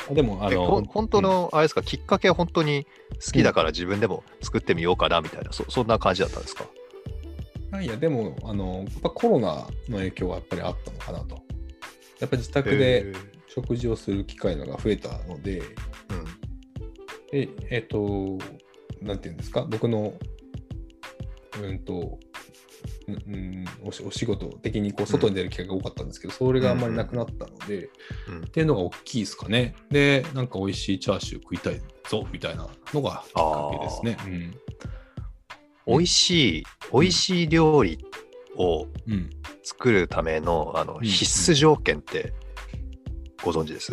でも本当のあれですか、きっかけは本当に好きだから自分でも作ってみようかなみたいな、そんな感じだったんですか？ いやでもやっぱコロナの影響はやっぱりあったのかなと。やっぱ自宅で食事をする機会のが増えたので、なんていうんですか、僕のお仕事的にこう外に出る機会が多かったんですけど、それがあんまりなくなったので、っていうのが大きいですかね。で、なんか美味しいチャーシュー食いたいぞみたいなのがきっかけですね。 美味しい料理を作るための、必須条件ってご存知です？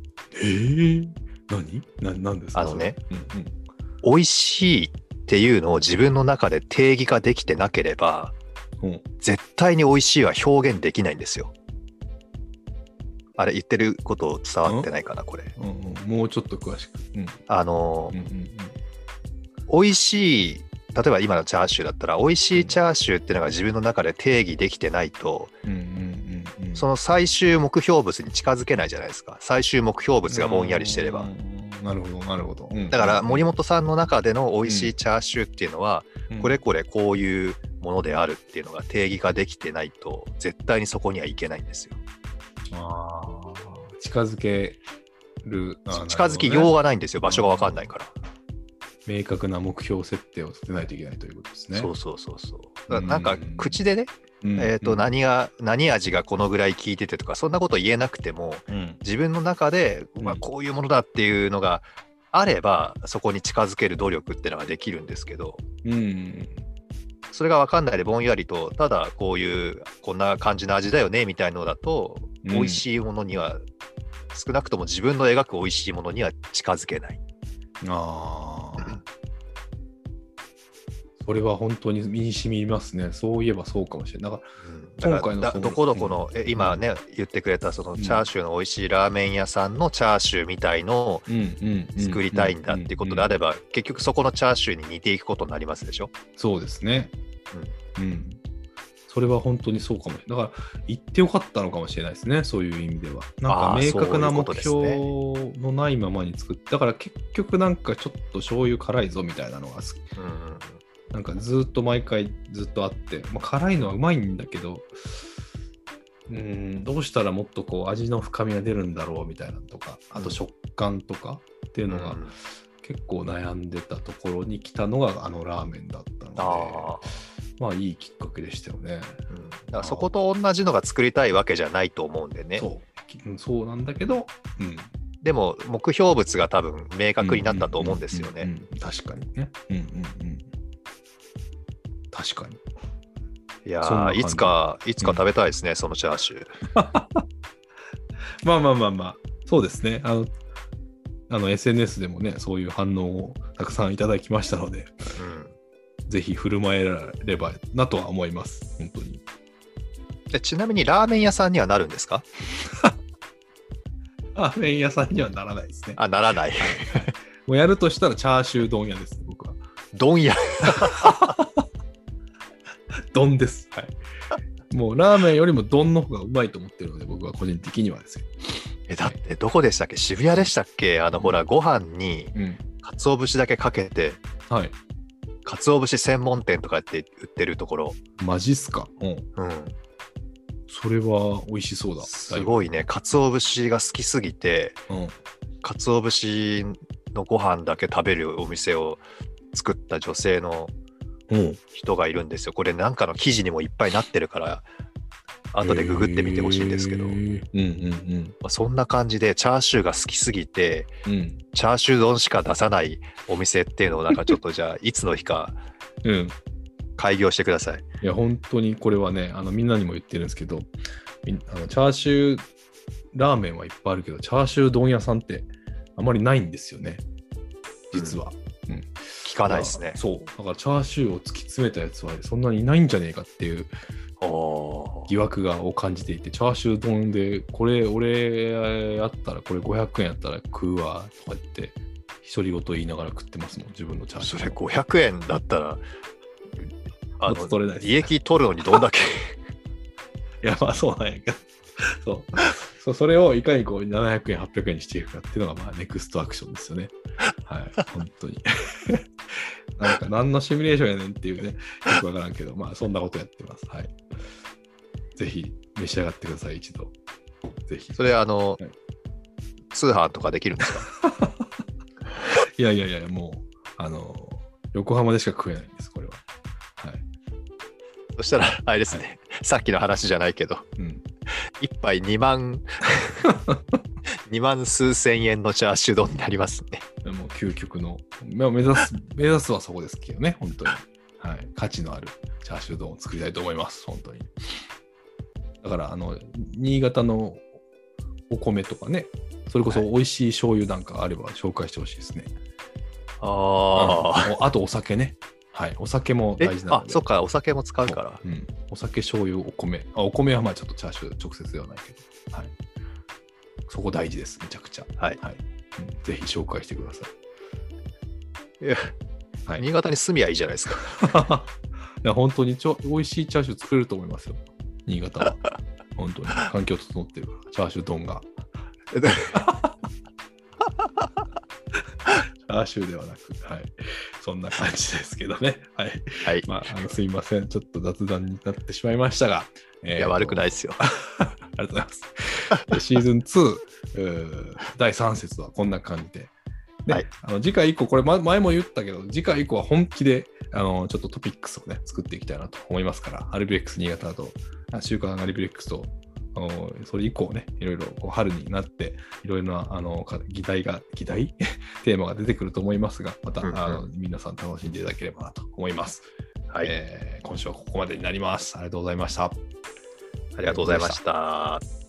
何ですか？ 美味しいっていうのを自分の中で定義ができてなければ、絶対に美味しいは表現できないんですよ。あれ言ってること伝わってないかな、これ。 もうちょっと詳しく。 美味しい、例えば今のチャーシューだったら、美味しいチャーシューっていうのが自分の中で定義できてないと、その最終目標物に近づけないじゃないですか。最終目標物がぼんやりしてれば。 なるほど。 だから森本さんの中での美味しいチャーシューっていうのは、これこれこういうものであるっていうのが定義ができてないと、絶対にそこにはいけないんですよ。 近づける、 近づきようがないんですよ。場所が分かんないから。 明確な目標設定を立てないといけないということですね。 そう。なんか口でね、何味がこのぐらい効いててとかそんなこと言えなくても、自分の中で、こういうものだっていうのがあればそこに近づける努力っていうのができるんですけど、それが分かんないでぼんやりとただこんな感じの味だよねみたいなのだと、美味しいものには少なくとも自分の描く美味しいものには近づけない。 それは本当に身に染みますね。そういえばそうかもしれない。 今回のどこどこの、今ね、言ってくれたそのチャーシューの美味しいラーメン屋さんのチャーシューみたいのを作りたいんだっていうことであれば、結局そこのチャーシューに似ていくことになりますでしょ。 そうですね。それは本当にそうかもしれない。だから言ってよかったのかもしれないですね。そういう意味では。なんか明確な目標のないままに作って、だから結局なんかちょっと醤油辛いぞみたいなのが好き。なんかずっと毎回ずっとあって、辛いのはうまいんだけど、どうしたらもっとこう味の深みが出るんだろうみたいなとか、あと食感とかっていうのが結構悩んでたところに来たのがラーメンだったので、いいきっかけでしたよね。 だからそこと同じのが作りたいわけじゃないと思うんでね。 そうなんだけど、 でも目標物が多分明確になったと思うんですよね。 確かにね。確かに。 いやー、いつか食べたいですね、そのチャーシュー。そうですね。SNS でもね、そういう反応をたくさんいただきましたので、ぜひ振る舞えらればなとは思います。本当に。 ちなみにラーメン屋さんにはなるんですか？ ラーメン屋さんにはならないですね。 ならない。 もうやるとしたらチャーシュー丼屋ですね、僕は。 丼屋丼です。もうラーメンよりも丼の方がうまいと思ってるので、僕は個人的にはですよ。 だってどこでしたっけ？渋谷でしたっけ？ほらご飯に鰹節だけかけて、鰹節専門店とかって売ってるところ。 マジっすか？それは美味しそうだ。 すごいね。鰹節が好きすぎて、鰹節のご飯だけ食べるお店を作った女性の人がいるんですよ。これなんかの記事にもいっぱいなってるから後でググってみてほしいんですけど、そんな感じでチャーシューが好きすぎて、チャーシュー丼しか出さないお店っていうのをなんかちょっとじゃあいつの日か開業してください。 いや本当にこれはね、みんなにも言ってるんですけど、チャーシューラーメンはいっぱいあるけどチャーシュー丼屋さんってあまりないんですよね、実は。 聞かないですね。 そうだからチャーシューを突き詰めたやつはそんなにいないんじゃねえかっていう疑惑を感じていて、チャーシュー丼でこれ俺やったらこれ500円やったら食うわとか言って独り言言いながら食ってますもん、自分のチャーシュー。 それ500円だったら取れないですね。 利益取るのにどんだけいやそうなんやけどそれをいかにこう700円、800円にしていくかっていうのが、まあ、ネクストアクションですよね。はい、本当に。なんか何のシミュレーションやねんっていうね、よくわからんけど、まあそんなことやってます。はい。ぜひ召し上がってください、一度。ぜひ。 それはい、通販とかできるんですか？ いや、もう、横浜でしか食えないんです、これは。はい。 そしたら、あれですね、さっきの話じゃないけど、1杯2万数千円のチャーシュー丼になりますね。 もう究極の、目指すはそこですけどね、本当に。はい。価値のあるチャーシュー丼を作りたいと思います、本当に。だから、新潟のお米とかね、それこそ美味しい醤油なんかあれば紹介してほしいですね。あとお酒ね。はい。お酒も大事なので。 そっか、お酒も使うから。 お酒、醤油、お米。お米はまあちょっとチャーシュー直接ではないけど。はい。そこ大事です、めちゃくちゃ。 はい。 ぜひ紹介してください。 いや、はい、新潟に住みゃいいじゃないですか。 いや、本当に美味しいチャーシュー作れると思いますよ。新潟は。本当に。環境整ってるから、チャーシュー丼が。チャーシューではなく、はい。そんな感じですけどね。はい。 はい。 まあ、すいません。ちょっと雑談になってしまいましたが。 いや、悪くないですよ。 ありがとうございます。シーズン2、第3節はこんな感じで。はい、次回以降、これ前も言ったけど、次回以降は本気でちょっとトピックスをね、作っていきたいなと思いますから、アルビレックス新潟と、週刊アルビレックスと、それ以降ね、いろいろ春になって、いろいろな議題テーマが出てくると思いますが、また、皆さん楽しんでいただければなと思います。はい、今週はここまでになります。ありがとうございました。 ありがとうございました。